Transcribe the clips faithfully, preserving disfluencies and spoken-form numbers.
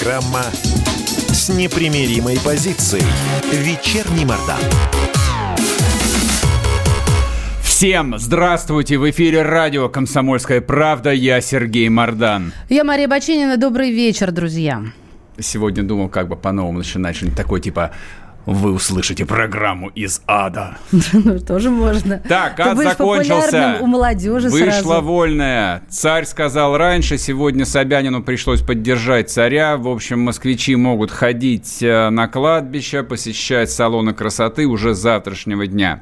Программа с непримиримой позицией. Вечерний Мардан. Всем здравствуйте! В эфире радио «Комсомольская правда». Я Сергей Мардан. Я Мария Баченина. Добрый вечер, друзья. Сегодня думал, как бы по-новому начинать, что-нибудь такое, типа... Вы услышите программу из ада. Ну, тоже можно. Так, ад закончился. У молодежи Вышла сразу. вольная. Царь сказал раньше, сегодня Собянину пришлось поддержать царя. В общем, москвичи могут ходить на кладбище, посещать салоны красоты уже с завтрашнего дня.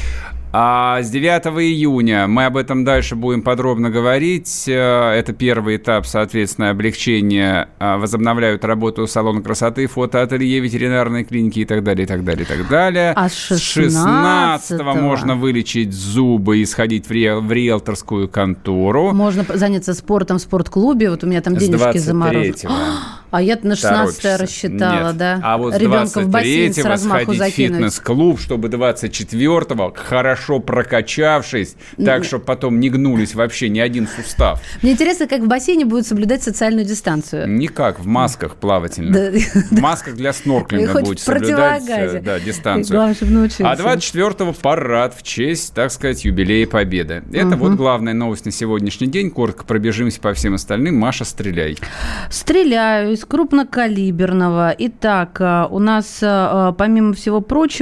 А с девятого июня мы об этом дальше будем подробно говорить. Это первый этап, соответственно, облегчения. Возобновляют работу салона красоты, фотоателье, ветеринарной клиники и так далее, и так далее, и так далее. А с шестнадцатого можно вылечить зубы и сходить в, риэл- в риэлторскую контору. Можно заняться спортом в спортклубе. Вот у меня там денежки заморожены. А я на шестнадцатое рассчитала, Нет. да. А вот с ребенка в бассейн с двадцать третьего размаху сходить закинуть. в фитнес-клуб, чтобы двадцать четвёртого, хорошо прокачавшись, так, чтобы потом не гнулись вообще ни один сустав. Мне интересно, как в бассейне будут соблюдать социальную дистанцию. Никак, в масках плавательных. Да. В масках для снорклинга Хоть будете в соблюдать противогазе. да, дистанцию. Главное, чтобы научился. А двадцать четвёртого парад в честь, так сказать, юбилея Победы. Это Угу. вот главная новость на сегодняшний день. Коротко пробежимся по всем остальным. Маша, стреляй. Стреляю из крупнокалиберного. Итак, у нас, помимо всего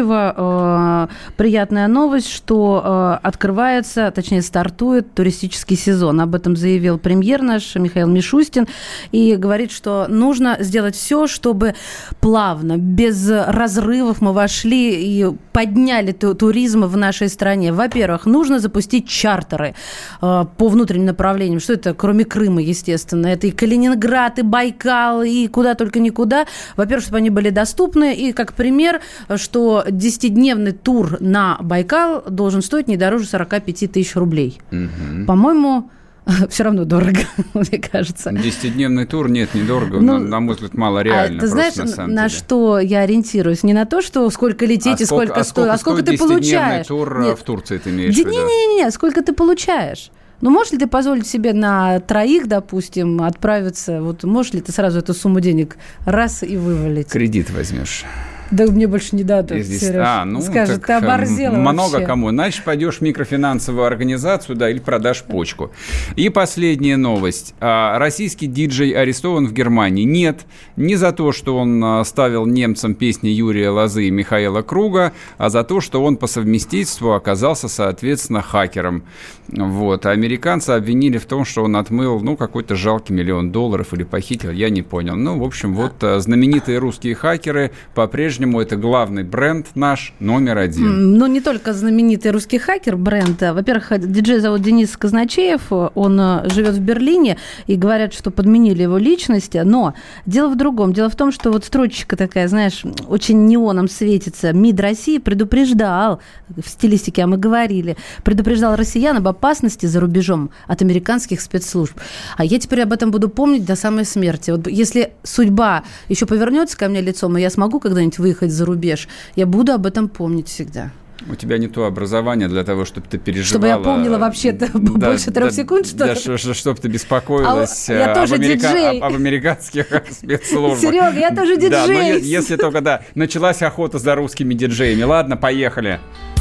прочего, приятная новость, что открывается, точнее, стартует туристический сезон. Об этом заявил премьер наш Михаил Мишустин. И говорит, что нужно сделать все, чтобы плавно, без разрывов мы вошли и подняли туризм в нашей стране. Во-первых, нужно запустить чартеры по внутренним направлениям. Что это, кроме Крыма, естественно? Это и Калининград, и Байкал, и куда только никуда. Во-первых, чтобы они были доступны. И как пример, что десятидневный тур на Байкал должен стоить не дороже сорок пять тысяч рублей. Угу. По-моему, все равно дорого, мне кажется. Десятидневный тур, нет, недорого, ну, на, на мой взгляд, мало реально. А ты знаешь, на, самом на деле. Что я ориентируюсь? Не на то, что сколько лететь а и сколько, сколько стоит, а сколько, сколько ты получаешь. тур нет. в Турции ты имеешь Д- в виду? Не-не-не, сколько ты получаешь. Ну, можешь ли ты позволить себе на троих, допустим, отправиться? Вот можешь ли ты сразу эту сумму денег раз и вывалить? Кредит возьмешь. Да мне больше не дадут, Сереж. А, ну, скажут, ты оборзела много вообще. Кому. Значит, пойдешь в микрофинансовую организацию, да, или продашь почку. И последняя новость. Российский диджей арестован в Германии. Нет, не за то, что он ставил немцам песни Юрия Лозы и Михаила Круга, а за то, что он по совместительству оказался, соответственно, хакером. Вот. А американцы обвинили в том, что он отмыл, ну, какой-то жалкий миллион долларов или похитил, я не понял. Ну, в общем, вот знаменитые русские хакеры по-прежнему это главный бренд наш, номер один. Ну, не только знаменитый русский хакер бренд. Во-первых, диджей зовут Денис Казначеев, он живет в Берлине, и говорят, что подменили его личность. Но дело в другом. Дело в том, что вот строчечка такая, знаешь, очень неоном светится. МИД России предупреждал, в стилистике, а мы говорили, предупреждал россиян об опасности за рубежом от американских спецслужб. А я теперь об этом буду помнить до самой смерти. Вот если судьба еще повернется ко мне лицом, и я смогу когда-нибудь выехать за рубеж, я буду об этом помнить всегда. У тебя не то образование для того, чтобы ты переживала... Чтобы я помнила вообще-то да, больше трех да, секунд, что ли? Да, что, чтобы ты беспокоилась а, я об, тоже америка... диджей. об, об американских спецслужбах. Серега, я тоже диджей. Да, но если только, да, началась охота за русскими диджеями. Ладно, поехали.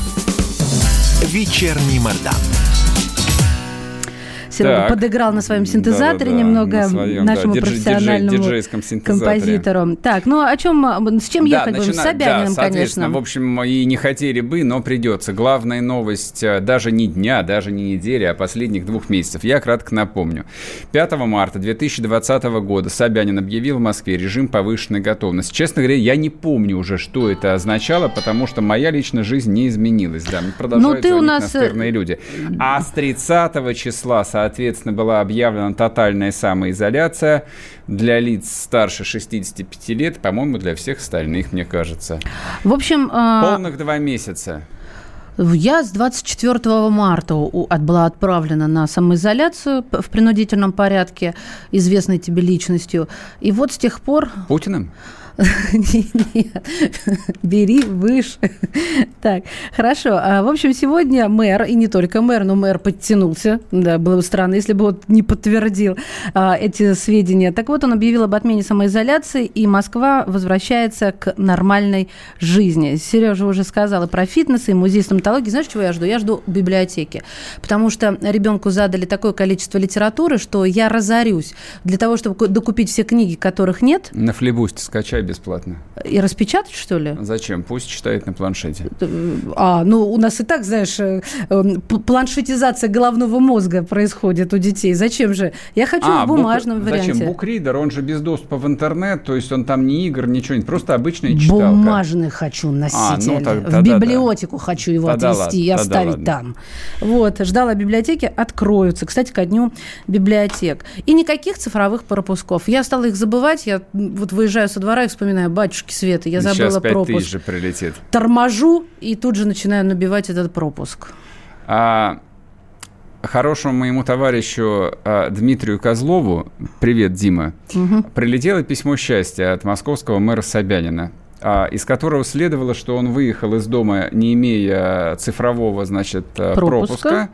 Вечерний Мардан. Серега так. подыграл на своем синтезаторе, да, да, да, немного на своем, нашему да, профессиональному диджей, композитору. Так, ну о чем, с чем да, ехать начина... будем? С Собяниным, да, конечно. В общем, и не хотели бы, но придется. Главная новость даже не дня, даже не недели, а последних двух месяцев. Я кратко напомню. пятого марта две тысячи двадцатого года Собянин объявил в Москве режим повышенной готовности. Честно говоря, я не помню уже, что это означало, потому что моя личная жизнь не изменилась. Да, продолжают ну, ты звонить у нас... настырные люди. А с тридцатого числа, соответственно, была объявлена тотальная самоизоляция для лиц старше шестидесяти пяти лет, по-моему, для всех остальных, мне кажется. В общем... Полных два месяца. Я с двадцать четвёртого марта была отправлена на самоизоляцию в принудительном порядке, известной тебе личностью. И вот с тех пор... Путиным? Нет, бери выше. Так, хорошо. В общем, сегодня мэр, и не только мэр, но мэр подтянулся. Да, было бы странно, если бы он не подтвердил эти сведения. Так вот, он объявил об отмене самоизоляции, и Москва возвращается к нормальной жизни. Сережа уже сказала про фитнес и музей стоматологии. Знаешь, чего я жду? Я жду библиотеки. Потому что ребенку задали такое количество литературы, что я разорюсь. Для того, чтобы докупить все книги, которых нет. На флибусте скачай бесплатно. И распечатать, что ли? Зачем? Пусть читает на планшете. А, ну, у нас и так, знаешь, планшетизация головного мозга происходит у детей. Зачем же? Я хочу а, в бумажном бук... варианте. Зачем? Букридер, он же без доступа в интернет, то есть он там не игр, ничего, просто обычная читалка. Бумажный хочу носитель. А, ну, так, в библиотеку да. хочу его тогда отвезти и оставить ладно. Там. Вот, ждала библиотеки, откроются. Кстати, ко дню библиотек. И никаких цифровых пропусков. Я стала их забывать, я вот выезжаю со двора и вспоминаю, батюшки Светы, я забыла сейчас пропуск. Сейчас пять тысяч же прилетит. Торможу и тут же начинаю набивать этот пропуск. А... Хорошему моему товарищу а, Дмитрию Козлову, привет, Дима, угу. прилетело письмо счастья от московского мэра Собянина, а, из которого следовало, что он выехал из дома, не имея цифрового, значит, пропуска, пропуска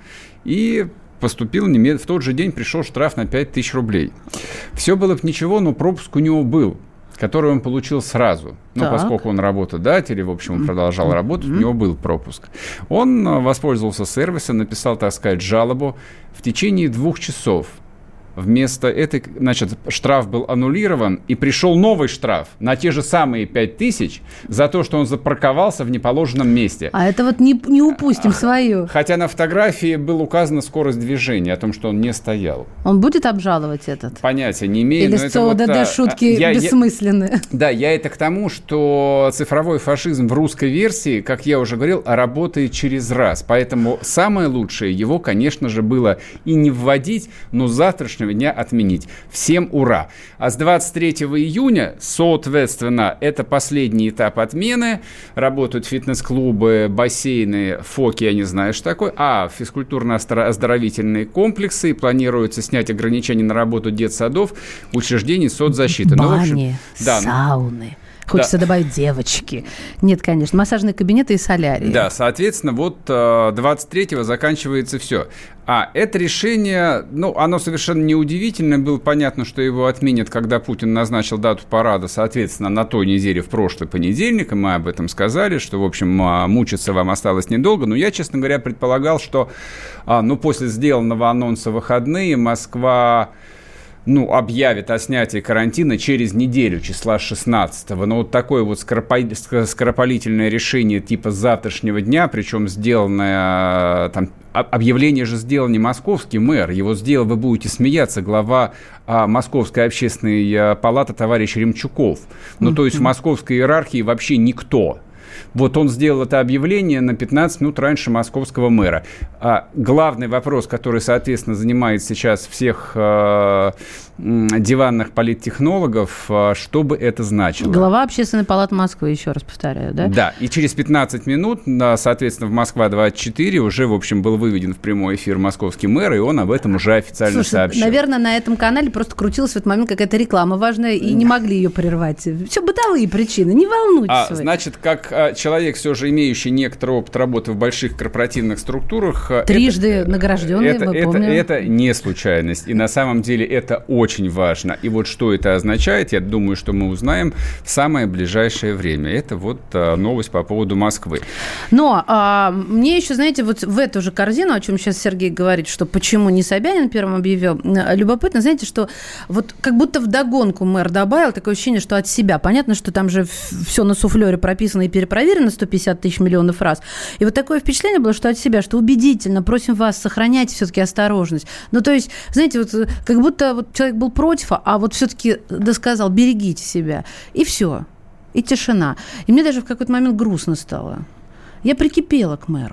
и поступил немед... в тот же день пришел штраф на пять тысяч рублей. Все было бы ничего, но пропуск у него был, который он получил сразу. Ну, так. Поскольку он работодатель, и, в общем, он продолжал работать, mm-hmm. у него был пропуск. Он воспользовался сервисом, написал, так сказать, жалобу. В течение двух часов вместо этой, значит, штраф был аннулирован, и пришел новый штраф на те же самые пять тысяч за то, что он запарковался в неположенном месте. А это вот не, не упустим свою. Хотя на фотографии была указана скорость движения, о том, что он не стоял. Он будет обжаловать этот? Понятия не имею. Или с ЦОДД вот, шутки я, бессмысленные? Я, да, я это к тому, что цифровой фашизм в русской версии, как я уже говорил, работает через раз. Поэтому самое лучшее его, конечно же, было и не вводить, но завтрашнего дня отменить. Всем ура! А с двадцать третьего июня, соответственно, это последний этап отмены. Работают фитнес-клубы, бассейны, фоки, я не знаю, что такое, а физкультурно-оздоровительные комплексы. И планируется снять ограничения на работу детсадов, учреждений соцзащиты. Бани, ну, в общем, да, сауны. Хочется да. добавить девочки. Нет, конечно, массажные кабинеты и солярии. Да, соответственно, вот двадцать третьего заканчивается все. А это решение, ну, оно совершенно неудивительно. Было понятно, что его отменят, когда Путин назначил дату парада, соответственно, на той неделе, в прошлый понедельник. И мы об этом сказали, что, в общем, мучиться вам осталось недолго. Но я, честно говоря, предполагал, что, ну, после сделанного анонса выходные Москва... ну, объявит о снятии карантина через неделю, числа шестнадцатого. Но вот такое вот скоропалительное решение типа завтрашнего дня, причем сделанное, там, объявление же сделал не московский мэр, его сделал, вы будете смеяться, глава а, Московской общественной а, палаты товарищ Ремчуков. Ну, mm-hmm. то есть в московской иерархии вообще никто. Вот он сделал это объявление на пятнадцать минут раньше московского мэра. А главный вопрос, который, соответственно, занимает сейчас всех э, диванных политтехнологов, э, что бы это значило? Глава Общественной палаты Москвы, еще раз повторяю, да? Да, и через пятнадцать минут, соответственно, в Москва двадцать четыре уже, в общем, был выведен в прямой эфир московский мэр, и он об этом уже официально Слушай, сообщил. Наверное, на этом канале просто крутилась в этот момент какая-то реклама важная, и не могли ее прервать. Все бытовые причины, не волнуйтесь. А, вы. Значит, как человек, все же имеющий некоторый опыт работы в больших корпоративных структурах... Трижды это, награжденный, это, мы это, помним. Это не случайность. И на самом деле это очень важно. И вот что это означает, я думаю, что мы узнаем в самое ближайшее время. Это вот а, новость по поводу Москвы. Но а, мне еще, знаете, вот в эту же корзину, о чем сейчас Сергей говорит, что почему не Собянин первым объявил, любопытно, знаете, что вот как будто вдогонку мэр добавил такое ощущение, что от себя. Понятно, что там же все на суфлере прописано и перепроверено сто пятьдесят тысяч миллионов раз. И вот такое впечатление было, что от себя, что убедительно, просим вас, сохраняйте все-таки осторожность. Ну, то есть, знаете, вот как будто вот человек был против, а вот все-таки досказал, берегите себя. И все. И тишина. И мне даже в какой-то момент грустно стало. Я прикипела к мэру.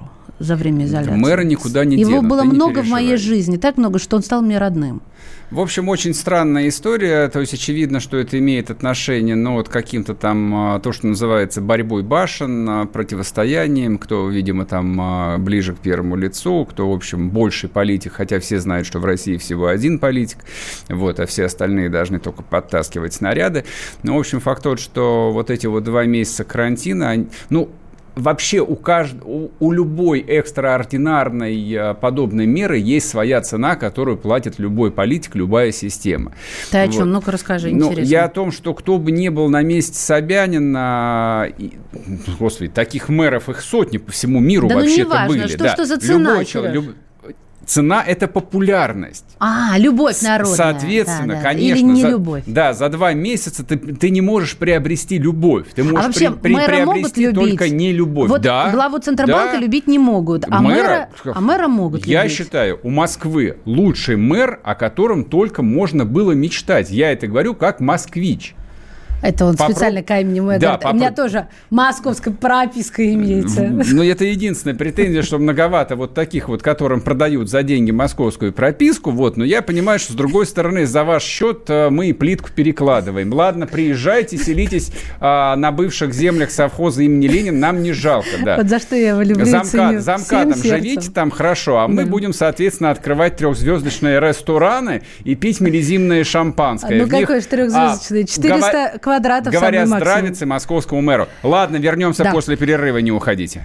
за время изоляции. Мэра никуда не денут. Его было много много в моей жизни, так много, что он стал мне родным. В общем, очень странная история, то есть очевидно, что это имеет отношение, ну, вот каким-то там, то, что называется борьбой башен, противостоянием, кто, видимо, там ближе к первому лицу, кто, в общем, больший политик, хотя все знают, что в России всего один политик, вот, а все остальные должны только подтаскивать снаряды. Ну, в общем, факт тот, что вот эти вот два месяца карантина, они, ну, вообще у, кажд... у, у любой экстраординарной подобной меры есть своя цена, которую платит любой политик, любая система. Ты о вот. чем? Ну-ка расскажи, ну, интересно. Я о том, что кто бы не был на месте Собянина, и, господи, таких мэров их сотни по всему миру да вообще-то ну, не важно, были. Что, да. что за цена? Любой человек, люб... Цена – это популярность. А, любовь народная. Соответственно, да, да. конечно. Или не за, любовь. Да, за два месяца ты, ты не можешь приобрести любовь. Ты можешь а вообще, при, при, приобрести только не любовь. Вот да, главу Центробанка да. любить не могут, а мэра, мэра, а мэра могут Я любить. считаю, у Москвы лучший мэр, о котором только можно было мечтать. Я это говорю как москвич. Это он Попро... специально ко имени мой. Да, У попро... меня тоже московская прописка имеется. Ну, это единственная претензия, что многовато вот таких вот, которым продают за деньги московскую прописку. Вот. Но я понимаю, что, с другой стороны, за ваш счет мы и плитку перекладываем. Ладно, приезжайте, селитесь а, на бывших землях совхоза имени Ленина. Нам не жалко, да. Вот за что я его люблю. Замка... Замкадом живите там хорошо, а мы да. будем, соответственно, открывать трехзвездочные рестораны и пить мелизимное шампанское. Ну, какое же трехзвездочное? четыреста квадратов. Говоря здравицы московскому мэру. Ладно, вернемся да. после перерыва, не уходите.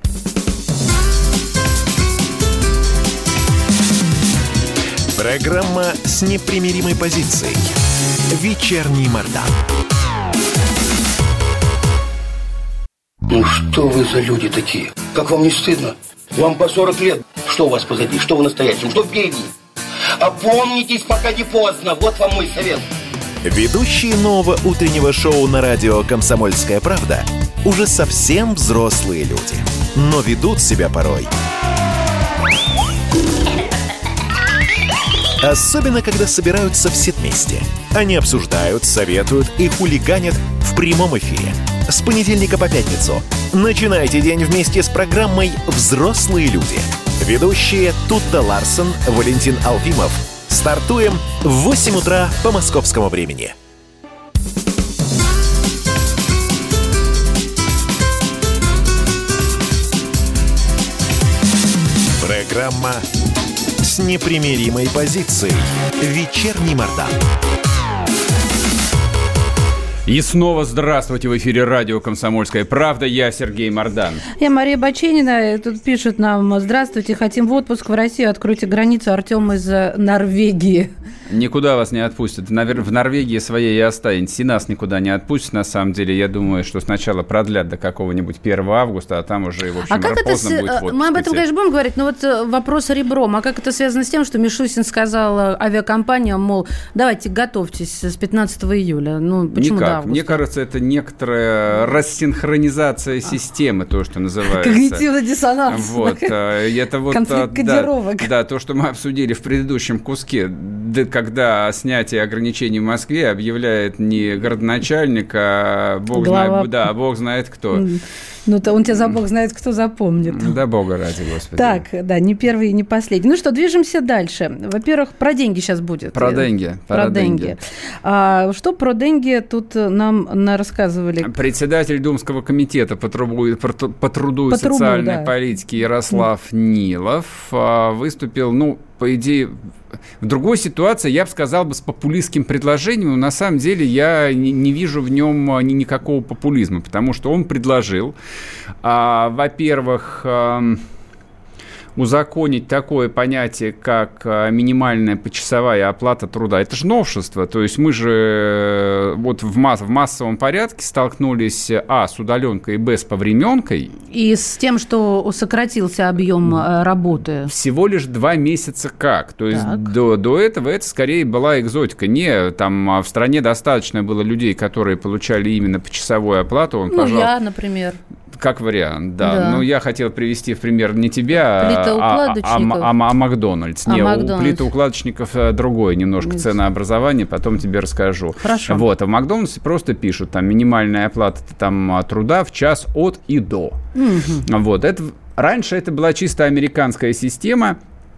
Программа с непримиримой позицией. Вечерний Мордан. Ну что вы за люди такие? Как вам не стыдно? Вам по сорок лет. Что у вас позади? Что вы настоящем? Что впереди? Опомнитесь, пока не поздно. Вот вам мой совет. Ведущие нового утреннего шоу на радио «Комсомольская правда» уже совсем взрослые люди, но ведут себя порой. Особенно, когда собираются все вместе. Они обсуждают, советуют и хулиганят в прямом эфире. С понедельника по пятницу. Начинайте день вместе с программой «Взрослые люди». Ведущие Тутта Ларсон, Валентин Алфимов. Стартуем в восемь утра по московскому времени. Программа с непримиримой позицией. Вечерний Мордан. И снова здравствуйте, в эфире радио «Комсомольская правда». Я Сергей Мордан. Я Мария Баченина. Тут пишут нам: здравствуйте, хотим в отпуск в Россию. Откройте границу. Артем из Норвегии. Никуда вас не отпустят. В Норвегии своей и останетесь. И нас никуда не отпустят, на самом деле. Я думаю, что сначала продлят до какого-нибудь первого августа, а там уже, в общем, а как поздно это будет в отпуск. Мы об этом, конечно, будем говорить, но вот вопрос ребром. А как это связано с тем, что Мишустин сказал авиакомпаниям, мол, давайте готовьтесь с пятнадцатого июля? Ну, почему Никак. до августа? Мне кажется, это некоторая рассинхронизация системы, то, что называется. Когнитивный диссонанс. Вот. Это вот, конфликт кодировок. Да, да, то, что мы обсудили в предыдущем куске, когда снятие ограничений в Москве объявляет не городоначальник, а бог, знает, да, бог знает кто. Ну, то он тебя за бог знает, кто запомнит. Да бога ради, господи. Так, да, не первый и не последний. Ну что, движемся дальше. Во-первых, про деньги сейчас будет. Про деньги. Про, про деньги. деньги. А, что про деньги тут нам рассказывали? Председатель Думского комитета по труду, по труду, по труду и социальной да. политике Ярослав mm. Нилов выступил, ну, по идее, в другой ситуации, я бы сказал, бы, с популистским предложением, но на самом деле я не, не вижу в нем ни, никакого популизма, потому что он предложил, а, во-первых, а, узаконить такое понятие, как минимальная почасовая оплата труда. Это же новшество. То есть мы же вот в, масс- в массовом порядке столкнулись, а, с удаленкой, б, с повременкой. И с тем, что сократился объем работы. Всего лишь два месяца как. То есть до, до этого это скорее была экзотика. Не, там в стране достаточно было людей, которые получали именно почасовую оплату. Он, ну, пожалуйста, я, например. Как вариант, да. да. Ну, я хотел привести в пример не тебя, а, а, а, а Макдональдс. А, не, Макдональдс. У плитоукладочников другое немножко ценообразование, потом тебе расскажу. Хорошо. Вот, а в Макдональдсе просто пишут, там, минимальная оплата там, труда в час от и до. Угу. Вот, это, раньше это была чисто американская система.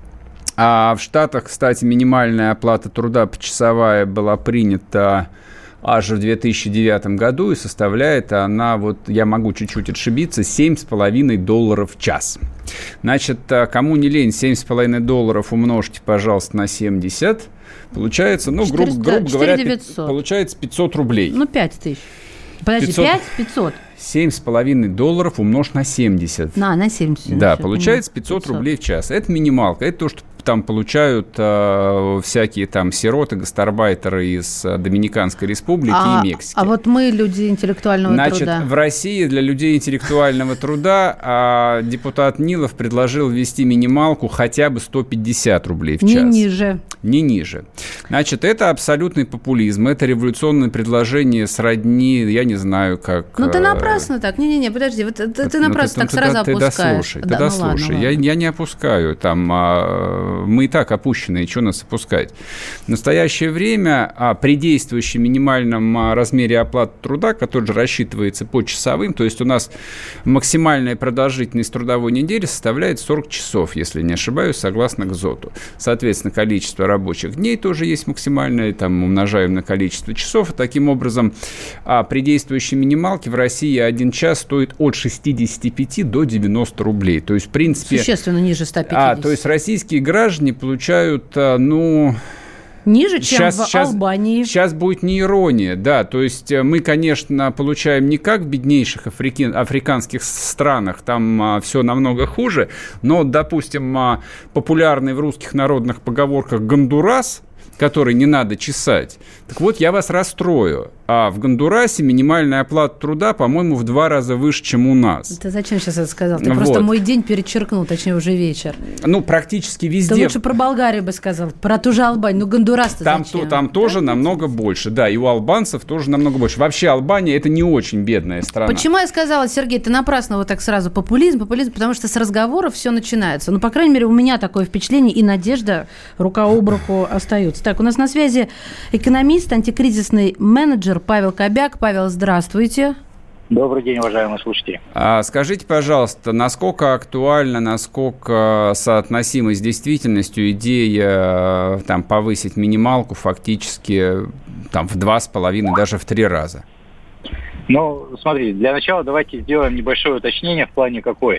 А в Штатах, кстати, минимальная оплата труда почасовая была принята аж в две тысячи девятом году, и составляет она, вот я могу чуть-чуть отшибиться, семь с половиной долларов в час. Значит, кому не лень, семь с половиной долларов умножьте, пожалуйста, на семьдесят, получается, ну, грубо, грубо говоря, получается пятьсот рублей. Ну, пять тысяч. Подожди, пятьсот пять пятьсот. семь с половиной долларов умножь на семьдесят. На, на семьдесят. Да, получается пятьсот рублей в час. Это минималка. Это то, что там получают э, всякие там сироты, гастарбайтеры из э, Доминиканской Республики а, и Мексики. А вот мы, люди интеллектуального Значит, труда. Значит, в России для людей интеллектуального труда а, депутат Нилов предложил ввести минималку хотя бы сто пятьдесят рублей в час. Не ниже. Не ниже. Значит, это абсолютный популизм, это революционное предложение сродни, я не знаю, как... Ну, ты напрасно так. Не-не-не, подожди, вот, ты, ты напрасно ну, так сразу ты, опускаешь. Ты дослушай, да, ты ну дослушай. Ладно, я, ладно. я не опускаю, там... А, мы и так опущенные, что нас опускать? В настоящее время а, при действующем минимальном а, размере оплаты труда, который же рассчитывается по часовым, то есть у нас максимальная продолжительность трудовой недели составляет сорок часов, если не ошибаюсь, согласно ГЗОТу. Соответственно, количество рабочих дней тоже есть максимальное, там умножаем на количество часов. И таким образом, а, при действующей минималке в России один час стоит от шестидесяти пяти до девяноста рублей. То есть, в принципе... Существенно ниже ста пятидесяти. А, то есть российские граждане получают, ну... Ниже, чем сейчас, в сейчас, Албании. Сейчас будет не ирония, да, то есть мы, конечно, получаем не как в беднейших африки, африканских странах, там а, все намного хуже, но, допустим, а, популярный в русских народных поговорках «Гондурас», который не надо чесать. Так вот, я вас расстрою. А в Гондурасе минимальная оплата труда, по-моему, в два раза выше, чем у нас. Ты зачем сейчас это сказал? Ты вот. Просто мой день перечеркнул, точнее, уже вечер. Ну, практически везде. Ты лучше про Болгарию бы сказал, про ту же Албанию. Ну, Гондурас-то там, зачем? То, там тоже да? намного больше, да, и у албанцев тоже намного больше. Вообще Албания – это не очень бедная страна. Почему я сказала, Сергей, ты напрасно вот так сразу популизм, популизм, потому что с разговоров все начинается. Ну, по крайней мере, у меня такое впечатление, и надежда рука об руку остаются. Так, у нас на связи экономист, антикризисный менеджер Павел Кобяк. Павел, здравствуйте. Добрый день, уважаемые слушатели. А скажите, пожалуйста, насколько актуальна, насколько соотносима с действительностью идея там, повысить минималку фактически там, в два с половиной, даже в три раза? Ну, смотрите, для начала давайте сделаем небольшое уточнение в плане какой.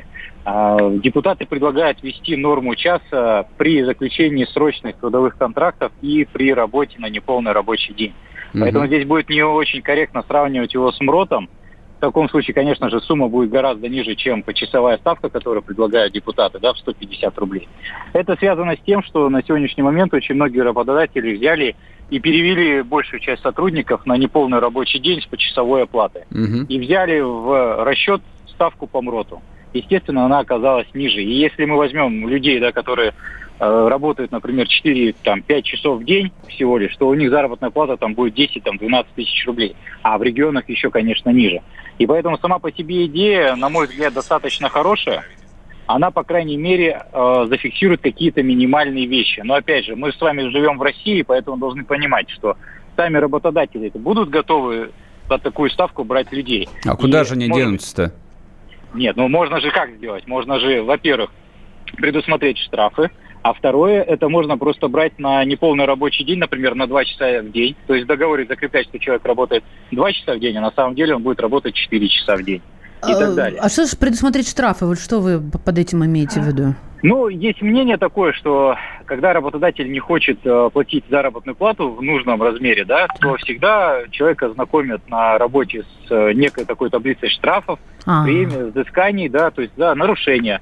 Депутаты предлагают ввести норму часа при заключении срочных трудовых контрактов и при работе на неполный рабочий день. Mm-hmm. Поэтому здесь будет не очень корректно сравнивать его с МРОТом. В таком случае, конечно же, сумма будет гораздо ниже, чем почасовая ставка, которую предлагают депутаты, да, в сто пятьдесят рублей. Это связано с тем, что на сегодняшний момент очень многие работодатели взяли и перевели большую часть сотрудников на неполный рабочий день с почасовой оплатой. Mm-hmm. И взяли в расчет ставку по МРОТу. Естественно, она оказалась ниже. И если мы возьмем людей, да, которые э, работают, например, четыре-пять часов в день всего лишь, то у них заработная плата там будет десять-двенадцать тысяч рублей. А в регионах еще, конечно, ниже. И поэтому сама по себе идея, на мой взгляд, достаточно хорошая. Она, по крайней мере, э, зафиксирует какие-то минимальные вещи. Но, опять же, мы с вами живем в России, поэтому должны понимать, что сами работодатели будут готовы за такую ставку брать людей. А куда И, же они может... денутся-то? Нет, ну можно же как сделать? Можно же, во-первых, предусмотреть штрафы, а второе, это можно просто брать на неполный рабочий день, например, на два часа в день. То есть в договоре закреплять, что человек работает два часа в день, а на самом деле он будет работать четыре часа в день. И а, так далее. А что же предусмотреть штрафы? Вот что вы под этим имеете в виду? Ну, есть мнение такое, что когда работодатель не хочет э, платить заработную плату в нужном размере, да, то всегда человека знакомят на работе с э, некой такой таблицей штрафов, премий, взысканий, да, то есть за нарушение,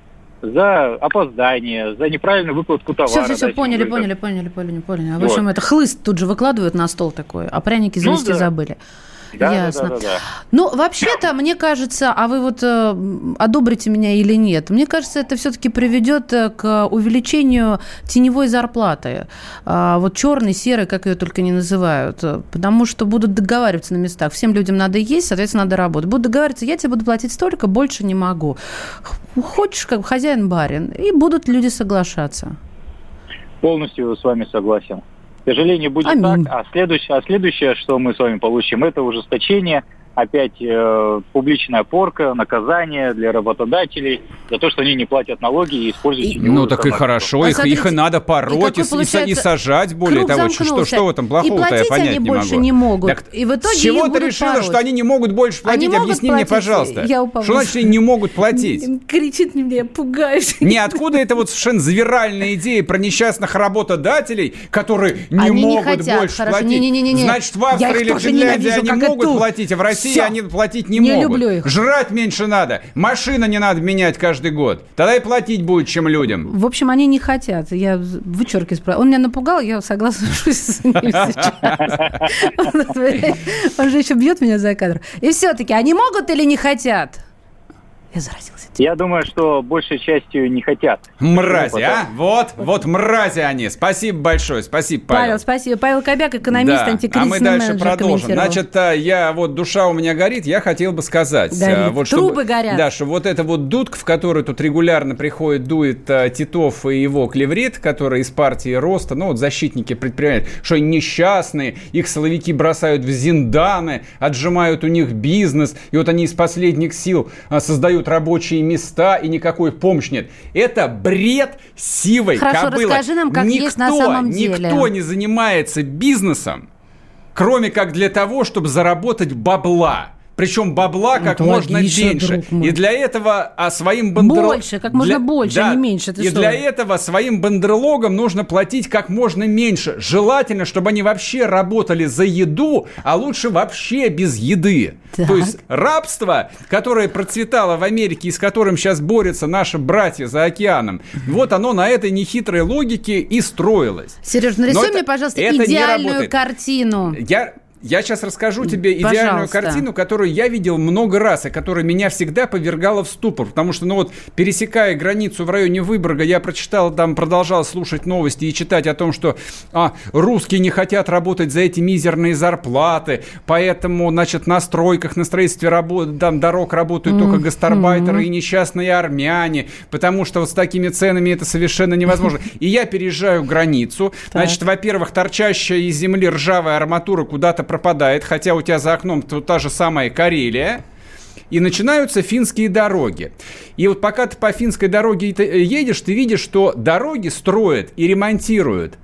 за опоздание, за неправильную выплатку товара. Все, все, все, да, поняли, поняли, поняли, поняли, поняли. А в общем, вот. Это хлыст тут же выкладывают на стол такой, а пряники завести ну, да. забыли. Да, Ясно. Да, да, да, да. Ну, вообще-то, мне кажется, а вы вот э, одобрите меня или нет, мне кажется, это все-таки приведет к увеличению теневой зарплаты. А, вот черной, серой, как ее только не называют. Потому что будут договариваться на местах. Всем людям надо есть, соответственно, надо работать. Будут договариваться, я тебе буду платить столько, больше не могу. Хочешь, как хозяин-барин. И будут люди соглашаться. Полностью с вами согласен. К сожалению, будет Аминь. так. А следующее, а следующее, что мы с вами получим, это ужесточение опять э, публичная порка, наказание для работодателей за то, что они не платят налоги и используют и, Ну так и хорошо, их, их и надо пороть, и, и, и сажать, более того, что, что в этом плохого-то, я понять не могу. И платить они больше не могут. Так, и в итоге с чего ты решила, пороть? Что они не могут больше платить? Они Объясни платить, мне, пожалуйста. Я что значит они не могут платить? Кричит мне, я пугаюсь. Не, откуда это вот совершенно завиральная идея про несчастных работодателей, которые не они могут не хотят, больше хорошо. платить? Не, не, не, не. Значит, в Австрии или в Финляндии они могут тут. платить, а в России Всё. они платить не, не могут. Люблю их. Жрать меньше надо, машины не надо менять каждый год. Тогда и платить будет, чем людям. В общем, они не хотят. Я вычерки справила. Он меня напугал, я соглашусь с ним сейчас. Он же еще бьет меня за кадр. И все-таки, они могут или не хотят? Я заразилась. Я думаю, что большей частью не хотят. Мрази, а? Вот, вот мрази они. Спасибо большое, спасибо, Павел. Павел, спасибо. Павел Кобяк, экономист, да. антикризисный менеджер. А мы дальше менеджер, продолжим. Значит, я вот душа у меня горит, я хотел бы сказать. Горит. Вот, Трубы чтобы, горят. Да, что вот эта вот дудка, в которую тут регулярно приходит, дует Титов и его клеврит, который из партии Роста, ну вот защитники предпринимателей, что они несчастные, их силовики бросают в зинданы, отжимают у них бизнес, и вот они из последних сил создают рабочие места, и никакой помощи нет. Это бред сивой Хорошо, кобылы. Расскажи нам, как никто, есть на самом деле. Никто не занимается бизнесом, кроме как для того, чтобы заработать бабла. Причем бабла как ну, можно логично, меньше. И для этого а своим бандерлогам... Больше, как можно для... больше, да, не меньше. Ты и что? для этого своим бандерлогам нужно платить как можно меньше. Желательно, чтобы они вообще работали за еду, а лучше вообще без еды. Так. То есть рабство, которое процветало в Америке и с которым сейчас борются наши братья за океаном, вот оно на этой нехитрой логике и строилось. Сереж, нарисуй мне, пожалуйста, идеальную картину. Я... Я сейчас расскажу тебе идеальную Пожалуйста. картину, которую я видел много раз, и которая меня всегда повергала в ступор. Потому что, ну вот, пересекая границу в районе Выборга, я прочитал, там продолжал слушать новости и читать о том, что а, русские не хотят работать за эти мизерные зарплаты, поэтому, значит, на стройках, на строительстве работ, там, дорог работают mm-hmm. только гастарбайтеры mm-hmm. и несчастные армяне, потому что вот с такими ценами это совершенно невозможно. И я переезжаю границу, значит, во-первых, торчащая из земли ржавая арматура куда-то пропадает, хотя у тебя за окном та же самая Карелия, и начинаются финские дороги. И вот пока ты по финской дороге едешь, ты видишь, что дороги строят и ремонтируют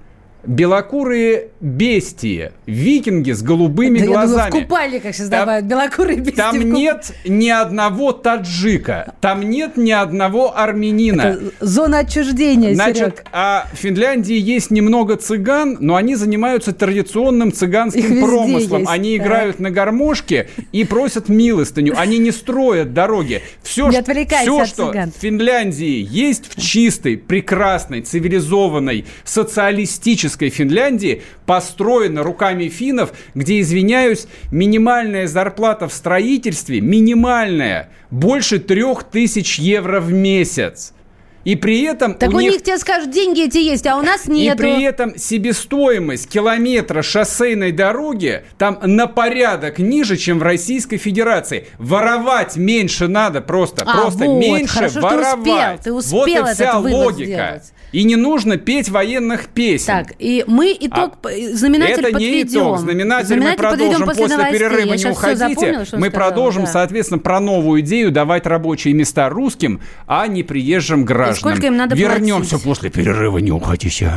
белокурые бестии, викинги с голубыми да, глазами. Я думаю, в купальниках сейчас там, добавят белокурые бестии. Там куп... нет ни одного таджика, там нет ни одного армянина. Это зона отчуждения, Значит, Серег. а в Финляндии есть немного цыган, но они занимаются традиционным цыганским промыслом. Есть, они да. играют на гармошке и просят милостыню. Они не строят дороги. Все, не все что цыган. в Финляндии есть в чистой, прекрасной, цивилизованной, социалистической Финляндии, построена руками финнов, где, извиняюсь, минимальная зарплата в строительстве, минимальная, больше трех тысяч евро в месяц. И при этом так у, у них... них, тебе скажут, деньги эти есть, а у нас нет. И при этом себестоимость километра шоссейной дороги там на порядок ниже, чем в Российской Федерации. Воровать меньше надо просто. А, просто вот, меньше хорошо, воровать. Ты успел, ты успел вот и вся логика. Сделать. И не нужно петь военных песен. Так, и мы итог, а знаменатель это подведем. не итог. Знаменатель, знаменатель мы продолжим после, после перерыва. Не уходите. Запомнила, мы продолжим, да. соответственно, про новую идею давать рабочие места русским, а не приезжим гражданам. И сколько им надо Вернемся платить? После перерыва, не уходите.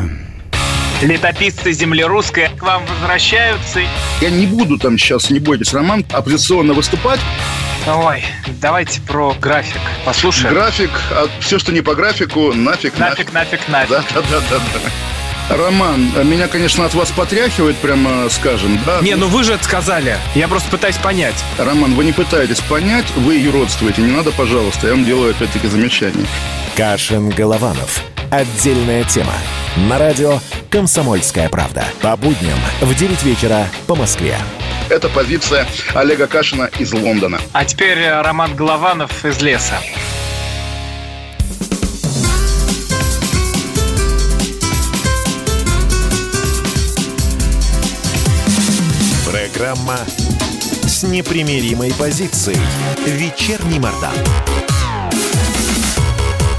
Летописцы земли русской к вам возвращаются. Я не буду там сейчас, не бойтесь, Роман, оппозиционно выступать. Ой, давайте про график послушаем. График, а все, что не по графику, нафиг, нафиг. Нафиг, нафиг, нафиг. Да, да, да, да, да. Роман, меня, конечно, от вас потряхивает, прямо скажем, да? Не, ну вы же это сказали. Я просто пытаюсь понять. Роман, вы не пытаетесь понять, вы юродствуете. Не надо, пожалуйста, я вам делаю опять-таки замечание. Кашин-Голованов. Отдельная тема. На радио «Комсомольская правда». По будням в девять вечера по Москве. Это позиция Олега Кашина из Лондона. А теперь Роман Голованов из леса. Программа с непримиримой позицией. Вечерний Мордан.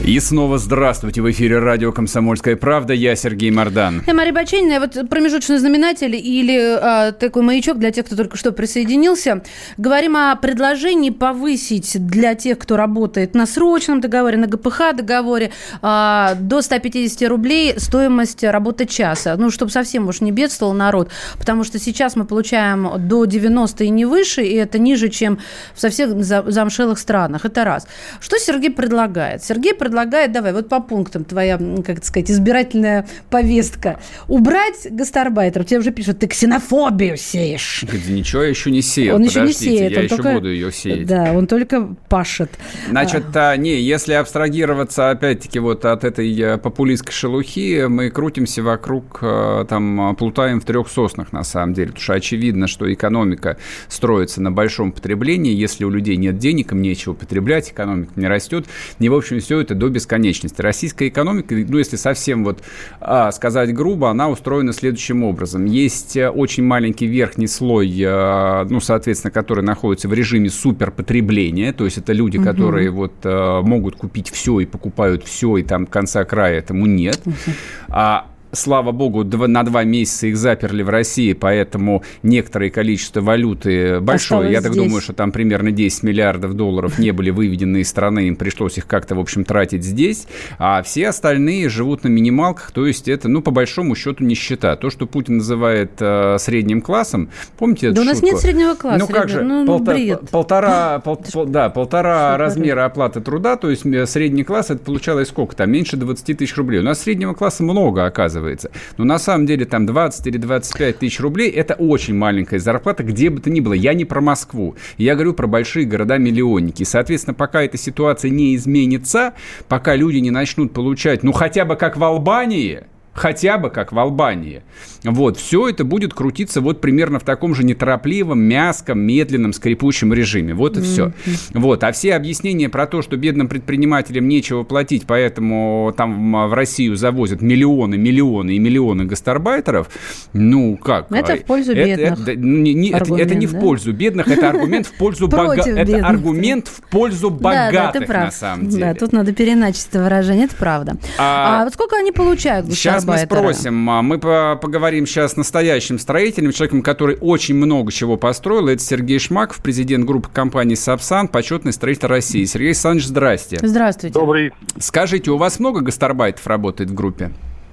И снова здравствуйте. В эфире радио «Комсомольская правда». Я Сергей Мордан. Я Мария Баченина. Вот промежуточный знаменатель или а, такой маячок для тех, кто только что присоединился. Говорим о предложении повысить для тех, кто работает на срочном договоре, на гэ пэ ха договоре, а, до ста пятидесяти рублей стоимость работы часа. Ну, чтобы совсем уж не бедствовал народ. Потому что сейчас мы получаем до девяноста и не выше, и это ниже, чем в совсем замшелых странах. Это раз. Что Сергей предлагает? Сергей предлагает предлагает, давай, вот по пунктам твоя, как это сказать, избирательная повестка. Убрать гастарбайтеров. Тебе уже пишут, ты ксенофобию сеешь. Ничего я еще не сею. Он еще не сеет. Я он еще только... буду ее сеять. Да, он только пашет. Значит, а, не, если абстрагироваться, опять-таки, вот от этой популистской шелухи, мы крутимся вокруг, там, плутаем в трех соснах, на самом деле. Потому что очевидно, что экономика строится на большом потреблении. Если у людей нет денег, им нечего потреблять, экономика не растет. И, в общем, все это до бесконечности. Российская экономика, ну, если совсем вот а, сказать грубо, она устроена следующим образом. Есть очень маленький верхний слой, а, ну, соответственно, который находится в режиме суперпотребления, то есть это люди, угу. которые вот а, могут купить все и покупают все, и там конца края этому нет. Угу. А слава богу, на два месяца их заперли в России, поэтому некоторое количество валюты большое, осталось я так здесь. Думаю, что там примерно десять миллиардов долларов не были выведены из страны, им пришлось их как-то, в общем, тратить здесь, а все остальные живут на минималках, то есть это, ну, по большому счету, нищета. То, что Путин называет э, средним классом, помните эту Да у нас шутку? нет среднего класса, Ну, как ребят, же, ну, полта- бред. полтора, пол, пол, да, полтора размера оплаты труда, то есть средний класс, это получалось сколько там? Меньше двадцать тысяч рублей. У нас среднего класса много, оказывается. Но на самом деле там двадцать или двадцать пять тысяч рублей – это очень маленькая зарплата, где бы то ни было. Я не про Москву. Я говорю про большие города-миллионники. И, соответственно, пока эта ситуация не изменится, пока люди не начнут получать, ну, хотя бы как в Албании, хотя бы как в Албании. Вот, все это будет крутиться вот примерно в таком же неторопливом, мягком, медленном, скрипучем режиме. Вот и все. Mm-hmm. Вот, а все объяснения про то, что бедным предпринимателям нечего платить, поэтому там в Россию завозят миллионы, миллионы и миллионы гастарбайтеров, ну как? Это в пользу это, бедных. Это, не, не, это, это не да? в пользу бедных, это аргумент в пользу богатых. Это аргумент в пользу богатых, на самом деле. Да, тут надо переначить это выражение, это правда. А, а вот сколько они получают гастарбайтеры? Сейчас мы спросим. Мы поговорим сейчас с настоящим строителем, человеком, который очень много чего построил. Это Сергей Шмаков, президент группы компании «Сапсан», почетный строитель России. Сергей Александрович, здрасте. Здравствуйте. Добрый. Скажите, у вас много гастарбайтеров работает в группе?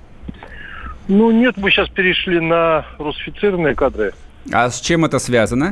Ну, нет, мы сейчас перешли на русифицированные кадры. А с чем это связано?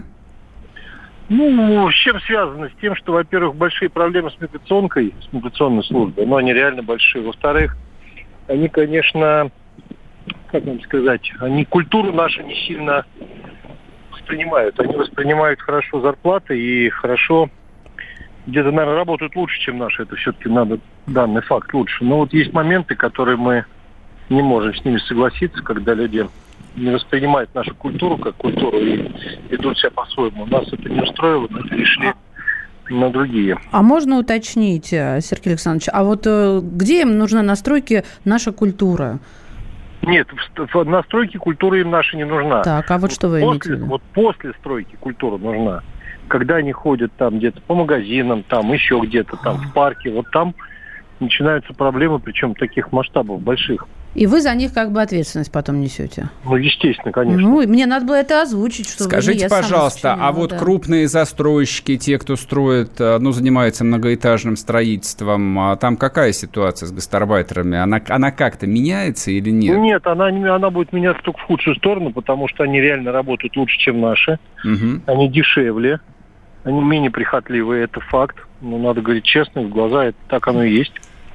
Ну, с чем связано? С тем, что, во-первых, большие проблемы с миграционкой, с миграционной службой, но они реально большие. Во-вторых, они, конечно, как вам сказать, они культуру нашу не сильно воспринимают. Они воспринимают хорошо зарплаты и хорошо, где-то, наверное, работают лучше, чем наши. Это все-таки надо, данный факт лучше. Но вот есть моменты, которые мы не можем с ними согласиться, когда люди не воспринимают нашу культуру как культуру и ведут себя по-своему. Нас это не устроило, мы перешли на другие. А можно уточнить, Сергей Александрович, а вот где им нужна на стройке наша культура? Нет, в настройке культуры им наша не нужна. Так, а вот что вы имеете в виду? Вот после стройки культура нужна. Когда они ходят там где-то по магазинам, там еще где-то, там в парке, вот там начинаются проблемы, причем таких масштабов больших. И вы за них как бы ответственность потом несете? Ну, естественно, конечно. Ну, мне надо было это озвучить, чтобы... Скажите, пожалуйста, а вот да. крупные застройщики, те, кто строит, ну, занимается многоэтажным строительством, там какая ситуация с гастарбайтерами? Она, она как-то меняется или нет? Нет, она, она будет меняться только в худшую сторону, потому что они реально работают лучше, чем наши. Угу. Они дешевле, они менее прихотливые, это факт. Ну, надо говорить честно, в глаза, это так оно и есть.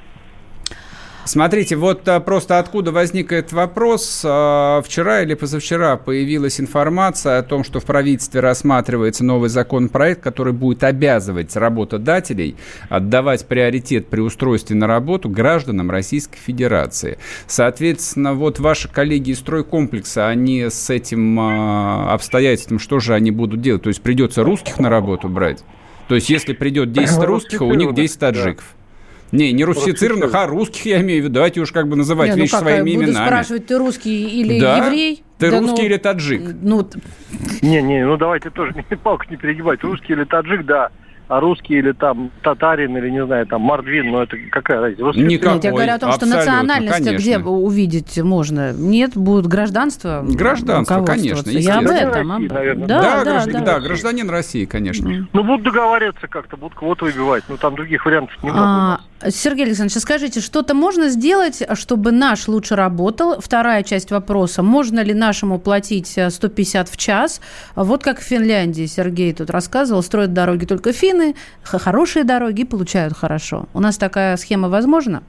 Смотрите, вот а, просто откуда возник этот вопрос. А, вчера или позавчера появилась информация о том, что в правительстве рассматривается новый законопроект, который будет обязывать работодателей отдавать приоритет при устройстве на работу гражданам Российской Федерации. Соответственно, вот ваши коллеги из стройкомплекса, они с этим а, обстоятельством, что же они будут делать? То есть придется русских на работу брать? То есть если придет десять русских, а у них десять таджиков? Да. Не, не русифицированных, а русских, я имею в виду. Давайте уж как бы называть не, вещи ну своими буду именами. Спрашивать, ты русский или да? еврей? Ты да, русский ну, или таджик? Ну... Не, не, ну давайте тоже не палку не перегибать. Русский или таджик, да. а русский или там татарин, или, не знаю, там мордвин, ну это какая разница? Русский Никакой. Нет, я говорю о том, что национальность где увидеть можно. Нет, будет гражданство. Гражданство, конечно, я об этом. России, наверное. Да, Да, да, да, да, да. гражданин России, конечно. Ну, будут договариваться как-то, будут квоту выбивать. Ну, там других вариантов немного. А, Сергей Александрович, скажите, что-то можно сделать, чтобы наш лучше работал? Вторая часть вопроса. Можно ли нашему платить сто пятьдесят в час? Вот как в Финляндии, Сергей тут рассказывал, строят дороги только финны, хорошие дороги получают хорошо. У нас такая схема возможна?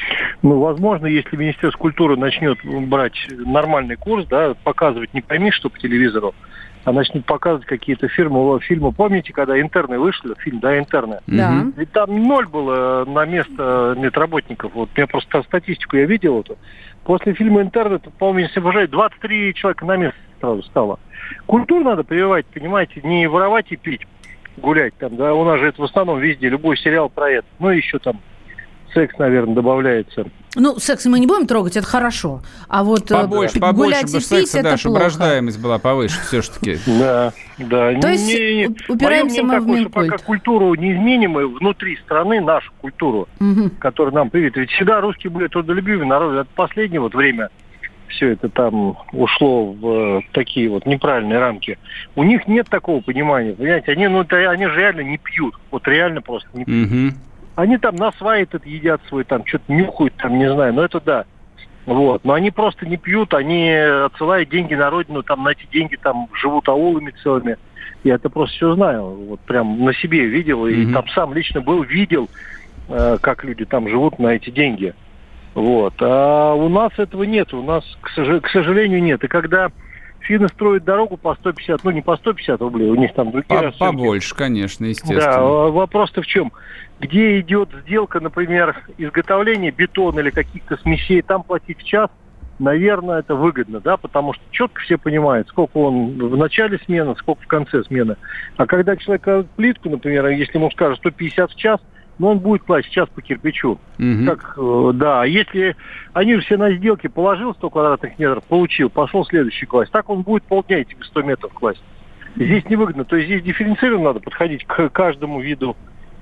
Ну, возможно, если Министерство культуры начнет брать нормальный курс, да, показывать не пойми, что по телевизору, а начнут показывать какие-то фильмы, фильмы. Помните, когда «Интерны» вышли, фильм, да, «Интерны»? Да. Ведь там ноль было на место медработников. Вот я просто статистику я видел эту. После фильма «Интерны», по-моему, если обожать, двадцать три человека на место сразу стало. Культуру надо прививать, понимаете, не воровать и пить, гулять там, да. У нас же это в основном везде, любой сериал про это. Ну, и еще там секс, наверное, добавляется. Ну, секс мы не будем трогать, это хорошо. А вот побольше, гулять побольше и бы пить, секса, это да, чтобы плохо. рождаемость была повыше все-таки. Да, да. То есть не, не, упираемся мы в такое, что пока культуру не изменим, мы внутри страны, нашу культуру, угу. которую нам привит. Ведь всегда русские были трудолюбивые народы. Это последнее вот время все это там ушло в такие вот неправильные рамки. У них нет такого понимания, понимаете? Они, ну, они же реально не пьют. Вот реально просто не пьют. Угу. Они там на свай этот едят свой, там что-то нюхают, там, не знаю, но это да. Вот. Но они просто не пьют, они отсылают деньги на родину, там на эти деньги там живут аулами целыми. Я это просто все знаю, вот прям на себе видел, и mm-hmm. там сам лично был, видел, э, как люди там живут на эти деньги. Вот. А у нас этого нет, у нас, к, сож- к сожалению, нет. И когда финны строят дорогу по сто пятьдесят, ну не по сто пятьдесят рублей, у них там другие по- расценки. Побольше, конечно, естественно. Да, вопрос-то в чем? Где идет сделка, например, изготовления бетона или каких-то смесей, там платить в час, наверное, это выгодно, да, потому что четко все понимают, сколько он в начале смены, сколько в конце смены. А когда человек кладет плитку, например, если ему скажут сто пятьдесят в час, ну, он будет класть в час по кирпичу. Mm-hmm. Как, да, если они все на сделке положил сто квадратных метров, получил, пошел следующий класть, так он будет полдня эти сто метров класть. Здесь невыгодно, то есть здесь дифференцированно надо подходить к каждому виду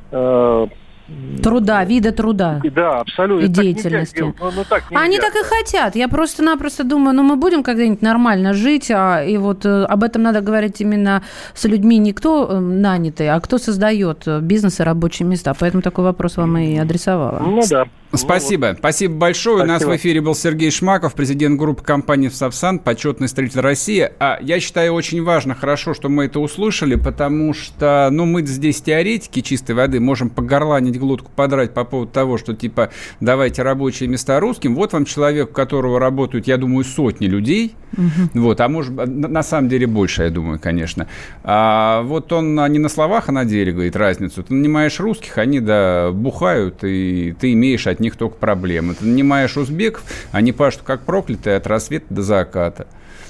труда, вида труда. Да, абсолютно. И деятельности. Ну, ну, так Они так и хотят. Я просто-напросто думаю, ну мы будем когда-нибудь нормально жить, а, и вот э, об этом надо говорить именно с людьми, не кто э, нанятый, а кто создает бизнес и рабочие места. Поэтому такой вопрос вам и адресовала. Ну да. Спасибо. Ну, вот. Спасибо большое. Спасибо. У нас в эфире был Сергей Шмаков, президент группы компании «Сапсан», почетный строитель России. А я считаю, очень важно, хорошо, что мы это услышали, потому что, ну, мы здесь теоретики чистой воды, можем погорланить, глотку подрать по поводу того, что, типа, давайте рабочие места русским. Вот вам человек, у которого работают, я думаю, сотни людей. Угу. Вот, а может, на самом деле больше, я думаю, конечно. А вот он не на словах, а на деле говорит разницу. Ты нанимаешь русских, они, да, бухают, и ты имеешь от них только проблемы. Ты нанимаешь узбеков, они пашут как проклятые от рассвета до заката.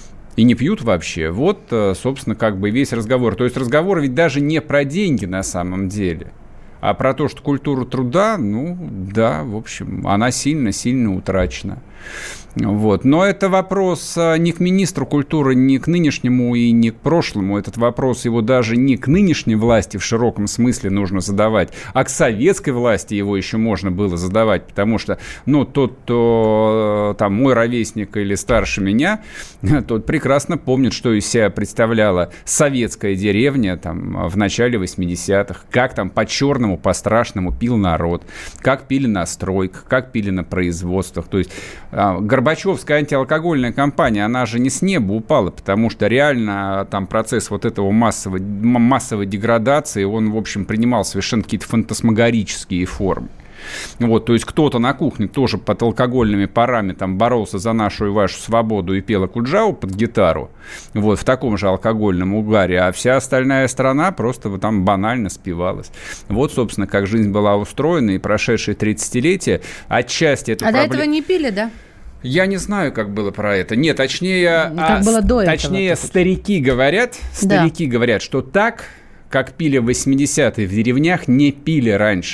И не пьют вообще. Вот, собственно, как бы весь разговор. То есть разговор ведь даже не про деньги на самом деле, а про то, что культура труда, ну, да, в общем, она сильно-сильно утрачена. Вот. Но это вопрос не к министру культуры, не к нынешнему и не к прошлому. Этот вопрос его даже не к нынешней власти в широком смысле нужно задавать, а к советской власти его еще можно было задавать, потому что, ну, тот, кто там мой ровесник или старше меня, тот прекрасно помнит, что из себя представляла советская деревня там в начале восьмидесятых, как там по-черному, по-страшному пил народ, как пили на стройках, как пили на производствах. То есть Горбачевская антиалкогольная кампания, она же не с неба упала, потому что реально там процесс вот этого массовой, массовой деградации, он, в общем, принимал совершенно какие-то фантасмагорические формы. Вот, то есть кто-то на кухне тоже под алкогольными парами там боролся за нашу и вашу свободу и пел Окуджаву под гитару, вот, в таком же алкогольном угаре, а вся остальная страна просто вот там банально спивалась. Вот, собственно, как жизнь была устроена, и прошедшие тридцатилетия отчасти эту а проблему... до этого не пили, да? Я не знаю, как было про это. Нет, точнее, как а, было до точнее этого, старики говорят, старики да. говорят, что так, как пили в восьмидесятые в деревнях, не пили раньше.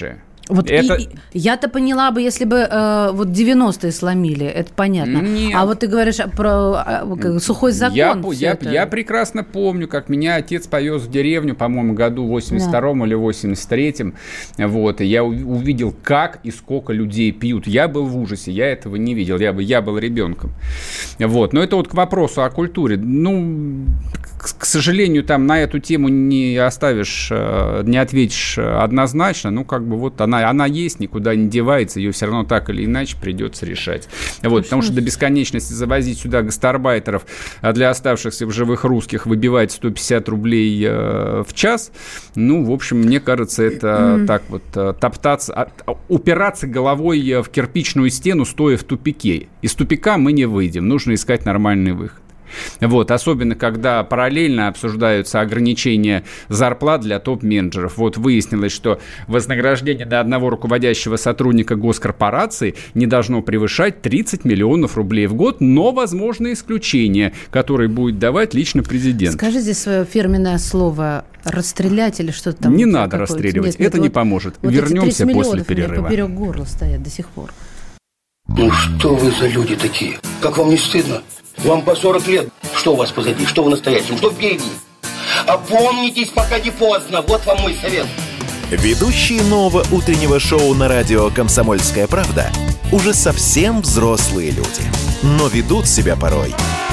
Вот это... и, и, я-то поняла бы, если бы э, вот девяностые сломили, это понятно. Нет. А вот ты говоришь про э, сухой закон. Я, я, это... я прекрасно помню, как меня отец повез в деревню, по-моему, году в восемьдесят втором да. или восемьдесят третьем. Вот, и я увидел, как и сколько людей пьют. Я был в ужасе, я этого не видел, я, я был ребенком. Вот. Но это вот к вопросу о культуре. Ну, к, к сожалению, там на эту тему не оставишь, не ответишь однозначно. Ну, как бы вот она Она, она есть, никуда не девается, ее все равно так или иначе придется решать. Вот, потому что до бесконечности завозить сюда гастарбайтеров, а для оставшихся в живых русских выбивать сто пятьдесят рублей э, в час, ну, в общем, мне кажется, это mm. так вот топтаться, упираться головой в кирпичную стену, стоя в тупике. Из тупика мы не выйдем, нужно искать нормальный выход. Вот, особенно, когда параллельно обсуждаются ограничения зарплат для топ-менеджеров. Вот выяснилось, что вознаграждение на одного руководящего сотрудника госкорпорации не должно превышать тридцать миллионов рублей в год, но возможно исключение, которое будет давать лично президент. Скажи здесь свое фирменное слово «расстрелять» или что-то там. Не надо расстреливать, нет, это нет, не вот, поможет. Вот Вернемся после перерыва. Поперек горла стоят до сих пор. Ну что вы за люди такие? Как вам не стыдно? Вам по сорок лет. Что у вас позади? Что в настоящем? Что впереди? Опомнитесь, пока не поздно. Вот вам мой совет. Ведущие нового утреннего шоу на радио «Комсомольская правда» уже совсем взрослые люди. Но ведут себя порой.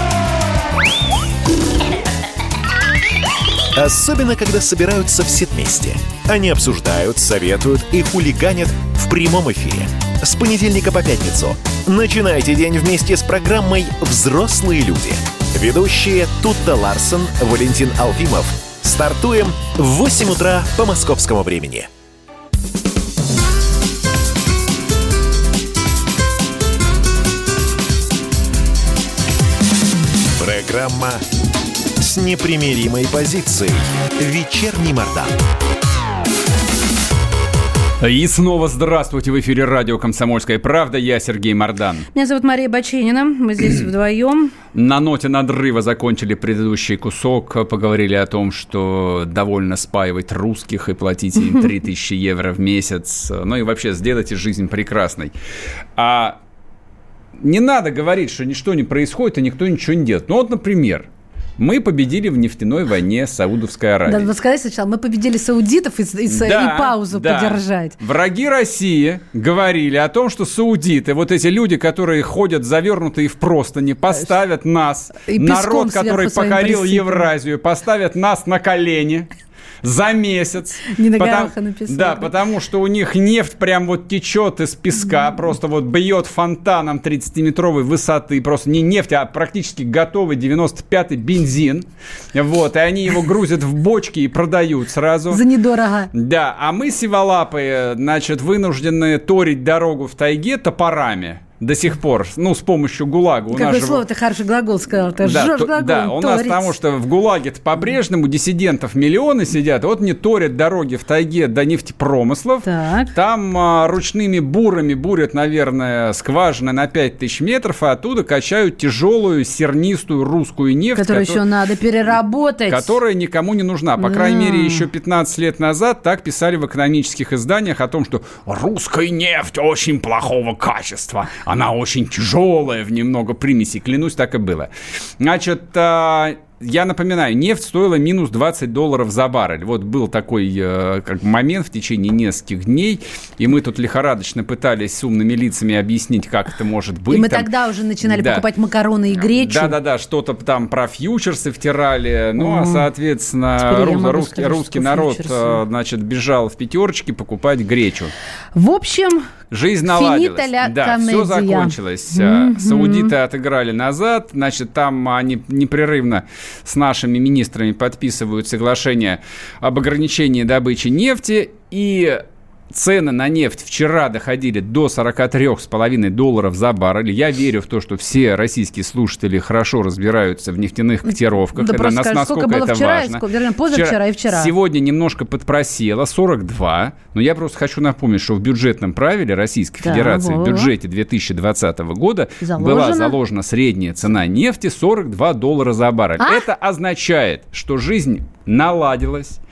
Особенно, когда собираются все вместе. Они обсуждают, советуют и хулиганят в прямом эфире. С понедельника по пятницу. Начинайте день вместе с программой «Взрослые люди». Ведущие Тутта Ларсон, Валентин Алфимов. Стартуем в восемь утра по московскому времени. Программа с непримиримой позицией. Вечерний Мардан. И снова здравствуйте, в эфире радио «Комсомольская правда». Я Сергей Мардан. Меня зовут Мария Баченина. Мы здесь вдвоем. На ноте надрыва закончили предыдущий кусок. Поговорили о том, что довольно спаивать русских и платить им три тысячи евро в месяц. Ну и вообще сделайте жизнь прекрасной. А не надо говорить, что ничто не происходит и никто ничего не делает. Ну вот, например... Мы победили в нефтяной войне с Саудовской Аравией. Надо сказать сначала, мы победили саудитов и, и, да, и паузу да. подержать. Враги России говорили о том, что саудиты, вот эти люди, которые ходят завернутые в простыни, поставят нас, и народ, который покорил Евразию, поставят нас на колени. За месяц. Не на потому, горох, а на песок. Да, потому что у них нефть прям вот течет из песка, mm-hmm. просто вот бьет фонтаном тридцатиметровой высоты. Просто не нефть, а практически готовый девяносто пятый бензин. Вот, и они его грузят в бочки и продают сразу. За недорого. Да, а мы, сиволапые, значит, вынуждены торить дорогу в тайге топорами. До сих пор, ну, с помощью ГУЛАГа. Какое слово же... ты хороший глагол сказал, ты да, жжешь то, глагол. Да, у торить. нас потому что в ГУЛАГе-то по-прежнему диссидентов миллионы сидят, вот не торят дороги в тайге до нефтепромыслов, так. там а, ручными бурами бурят, наверное, скважины на пять тысяч метров, а оттуда качают тяжелую сернистую русскую нефть. Которую который... еще надо переработать. Которая никому не нужна. По да. крайней мере, еще пятнадцать лет назад так писали в экономических изданиях о том, что русская нефть очень плохого качества. Она очень тяжелая, в немного примесей. Клянусь, так и было. Значит, я напоминаю, нефть стоила минус двадцать долларов за баррель. Вот был такой как момент в течение нескольких дней, и мы тут лихорадочно пытались с умными лицами объяснить, как это может быть. И мы там, тогда уже начинали да, покупать макароны и гречу. Да-да-да, что-то там про фьючерсы втирали. Ну, а, соответственно, рус, русский, сказать, русский народ, фьючерсы. Значит, бежал в пятерочки покупать гречу. В общем... Жизнь наладилась. Да, комедия. Все закончилось. Mm-hmm. Саудиты отыграли назад. Значит, там они непрерывно с нашими министрами подписывают соглашение об ограничении добычи нефти. И цены на нефть вчера доходили до сорок три с половиной долларов за баррель. Я верю в то, что все российские слушатели хорошо разбираются в нефтяных котировках. Да, просто нас, скажи, насколько сколько было это вчера, важно. Сколько, вернее, позавчера и вчера. Сегодня немножко подпросело, сорок два. Но я просто хочу напомнить, что в бюджетном правиле Российской да, Федерации во-во. в бюджете две тысячи двадцатого года заложено? была заложена средняя цена нефти сорок два доллара за баррель. А? Это означает, что жизнь наладилась,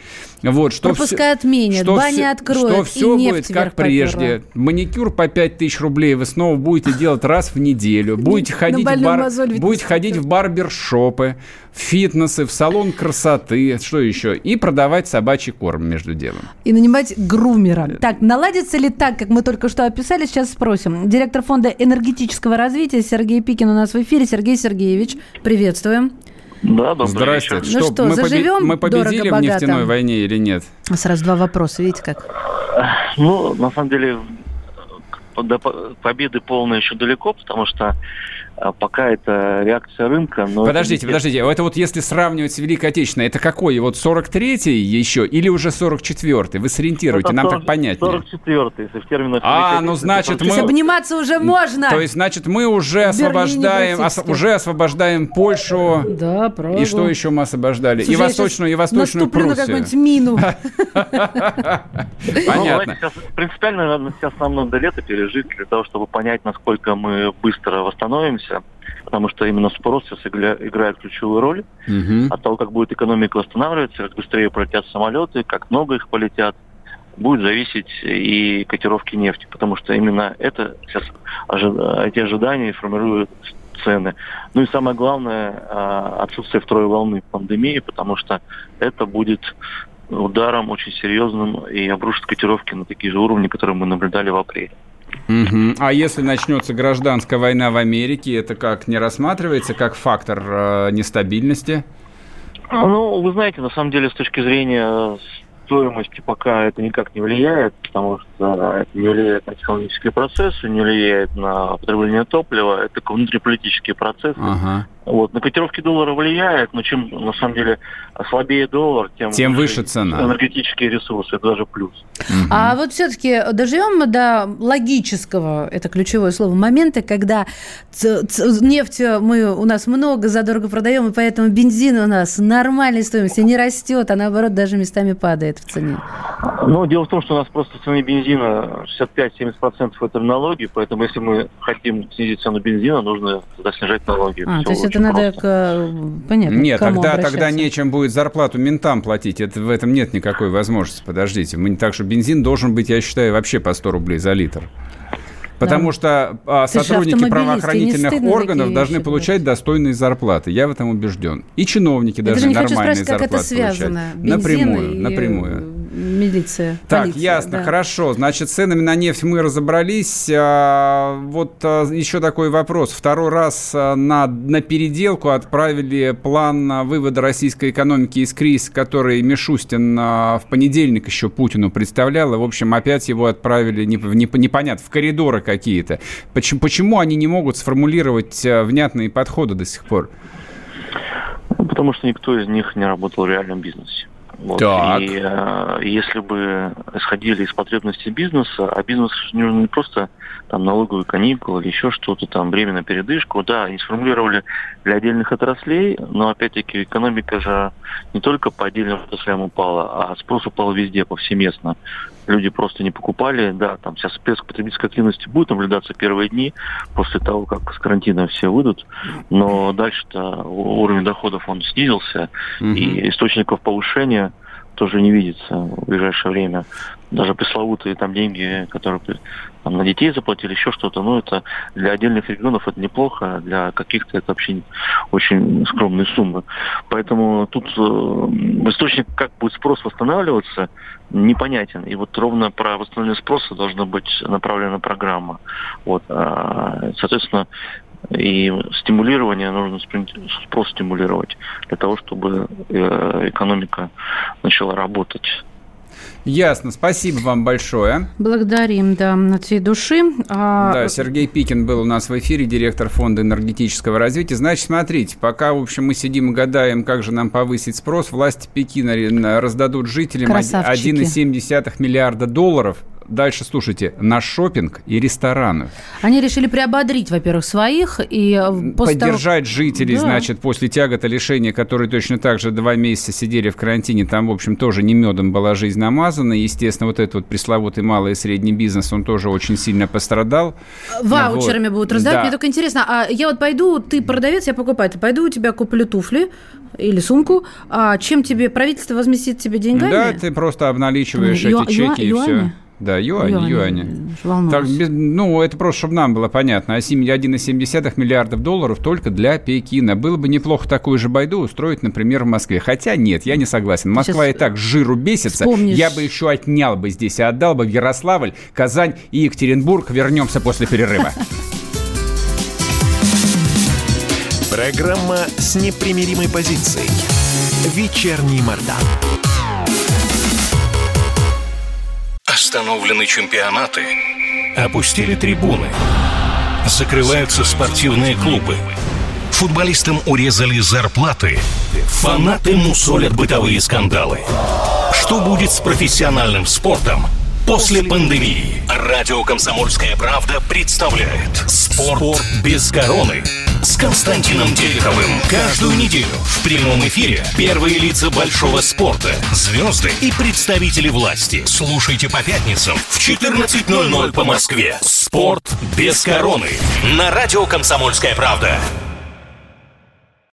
Вот, что пропускай отменят, бани откроют, что все и будет как прежде. Маникюр по пять тысяч рублей вы снова будете делать раз в неделю. Будете ходить, в, бар, будете ходить в барбершопы, в фитнесы, в салон красоты, что еще? И продавать собачий корм между делом. И нанимать грумера. Так, наладится ли так, как мы только что описали? Сейчас спросим. Директор фонда энергетического развития Сергей Пикин у нас в эфире. Сергей Сергеевич, приветствуем. Да, добрый Здравствуйте. вечер. Ну что, мы заживем мы победили дорого, в нефтяной богато? войне или нет? Сразу два вопроса, видите как? Ну, на самом деле, до победы полной еще далеко, потому что пока это реакция рынка. Но подождите, это... подождите. Это вот если сравнивать с Великой Отечественной, это какой? Вот сорок третий еще или уже сорок четвертый? Вы сориентируете, это нам сорок, так понятнее. сорок четвертый, если в терминах... А, ну значит мы... То есть обниматься уже можно! То есть, значит, мы уже освобождаем, ос... уже освобождаем Польшу. Да, правда. И что еще мы освобождали? Слушай, и Восточную, и Восточную Пруссию. Наступлю на какую-нибудь мину. Понятно. Принципиально, наверное, сейчас нам надо лето пережить для того, чтобы понять, насколько мы быстро восстановимся. Потому что именно спрос сейчас играет ключевую роль. Uh-huh. От того, как будет экономика восстанавливаться, как быстрее полетят самолеты, как много их полетят, будет зависеть и котировки нефти. Потому что именно это сейчас эти ожидания формируют цены. Ну и самое главное, отсутствие второй волны пандемии, потому что это будет ударом очень серьезным и обрушит котировки на такие же уровни, которые мы наблюдали в апреле. Угу. А если начнется гражданская война в Америке, это как, не рассматривается как фактор э, нестабильности? Ну, вы знаете, на самом деле, с точки зрения стоимости пока это никак не влияет, потому что это не влияет на технологические процессы, не влияет на потребление топлива, это внутриполитические процессы. Ага. Вот. На котировки доллара влияет, но чем, на самом деле, слабее доллар, тем, тем выше цена. Энергетические ресурсы, это даже плюс. Угу. А вот все-таки доживем мы до логического, это ключевое слово, момента, когда ц- ц- нефть мы, у нас много, задорого продаем, и поэтому бензин у нас нормальной стоимости не растет, а наоборот даже местами падает в цене. Ну, дело в том, что у нас просто цены бензина шестьдесят пять - семьдесят процентов это налоги, поэтому если мы хотим снизить цену бензина, нужно тогда снижать налоги. А, то есть это надо к... Понятно, нет, к кому тогда, обращаться. тогда нечем будет зарплату ментам платить. Это, в этом нет никакой возможности. Подождите. Мы, так что бензин должен быть, я считаю, вообще по сто рублей за литр. Потому да. что а, сотрудники правоохранительных органов должны получать достойные зарплаты. Я в этом убежден. И чиновники я должны нормальные спросить, зарплаты как это связано? получать. Напрямую, и... напрямую. Милиция, так, полиция, ясно, да. Хорошо. Значит, с ценами на нефть мы разобрались. А, вот а, еще такой вопрос. Второй раз а, на, на переделку отправили план вывода российской экономики из кризиса, который Мишустин а, в понедельник еще Путину представлял. И, в общем, опять его отправили не, не, непонятно, в коридоры какие-то. Почему, почему они не могут сформулировать а, внятные подходы до сих пор? Ну, потому что никто из них не работал в реальном бизнесе. Вот. И э, если бы исходили из потребностей бизнеса, а бизнес нужно не просто там налоговые каникулы или еще что-то, там время на передышку, да, они сформулировали для отдельных отраслей, но опять-таки экономика же не только по отдельным отраслям упала, а спрос упал везде, повсеместно. Люди просто не покупали, да, там сейчас всплеск потребительской активности будет наблюдаться первые дни после того, как с карантина все выйдут, но дальше-то уровень доходов он снизился, mm-hmm. и источников повышения тоже не видится в ближайшее время. Даже пресловутые там деньги, которые там, на детей заплатили, еще что-то, ну, это для отдельных регионов это неплохо, а для каких-то это вообще очень скромные суммы. Поэтому тут э, источник, как будет спрос восстанавливаться, непонятен. И вот ровно про восстановление спроса должна быть направлена программа. Вот, а, соответственно, и стимулирование, нужно спрос стимулировать для того, чтобы экономика начала работать. Ясно. Спасибо вам большое. Благодарим, да, от всей души. А... Да, Сергей Пикин был у нас в эфире, директор фонда энергетического развития. Значит, смотрите, пока, в общем, мы сидим и гадаем, как же нам повысить спрос, власти Пекина раздадут жителям один целых семь десятых миллиарда долларов дальше слушайте, на шопинг и рестораны. Они решили приободрить, во-первых, своих и поддержать того... жителей, да. значит, после тягота лишения, которые точно так же два месяца сидели в карантине, там, в общем, тоже не медом была жизнь намазана. Естественно, вот этот вот пресловутый малый и средний бизнес, он тоже очень сильно пострадал. Ваучерами вот. будут раздавать. Да. Мне только интересно, а я вот пойду, ты продавец, я покупатель, пойду у тебя куплю туфли или сумку, а чем тебе правительство возместит тебе деньгами? Да, ты просто обналичиваешь Ю- эти чеки ю- и все. Да, юани, юани. юани. Так, без, ну, это просто, чтобы нам было понятно. А один целых семь десятых миллиардов долларов только для Пекина. Было бы неплохо такую же байду устроить, например, в Москве. Хотя нет, я не согласен. Москва Сейчас и так с жиру бесится. Вспомнишь... Я бы еще отнял бы здесь и отдал бы в Ярославль, Казань и Екатеринбург. Вернемся после перерыва. Программа с непримиримой позицией. Вечерний Мордан. Остановлены чемпионаты, опустили трибуны, закрываются спортивные клубы, футболистам урезали зарплаты, фанаты мусолят бытовые скандалы. Что будет с профессиональным спортом после пандемии? Радио «Комсомольская правда» представляет «Спорт без короны» с Константином Тереховым. Каждую неделю в прямом эфире первые лица большого спорта, звезды и представители власти. Слушайте по пятницам в четырнадцать ноль ноль по Москве. «Спорт без короны» на радио «Комсомольская правда».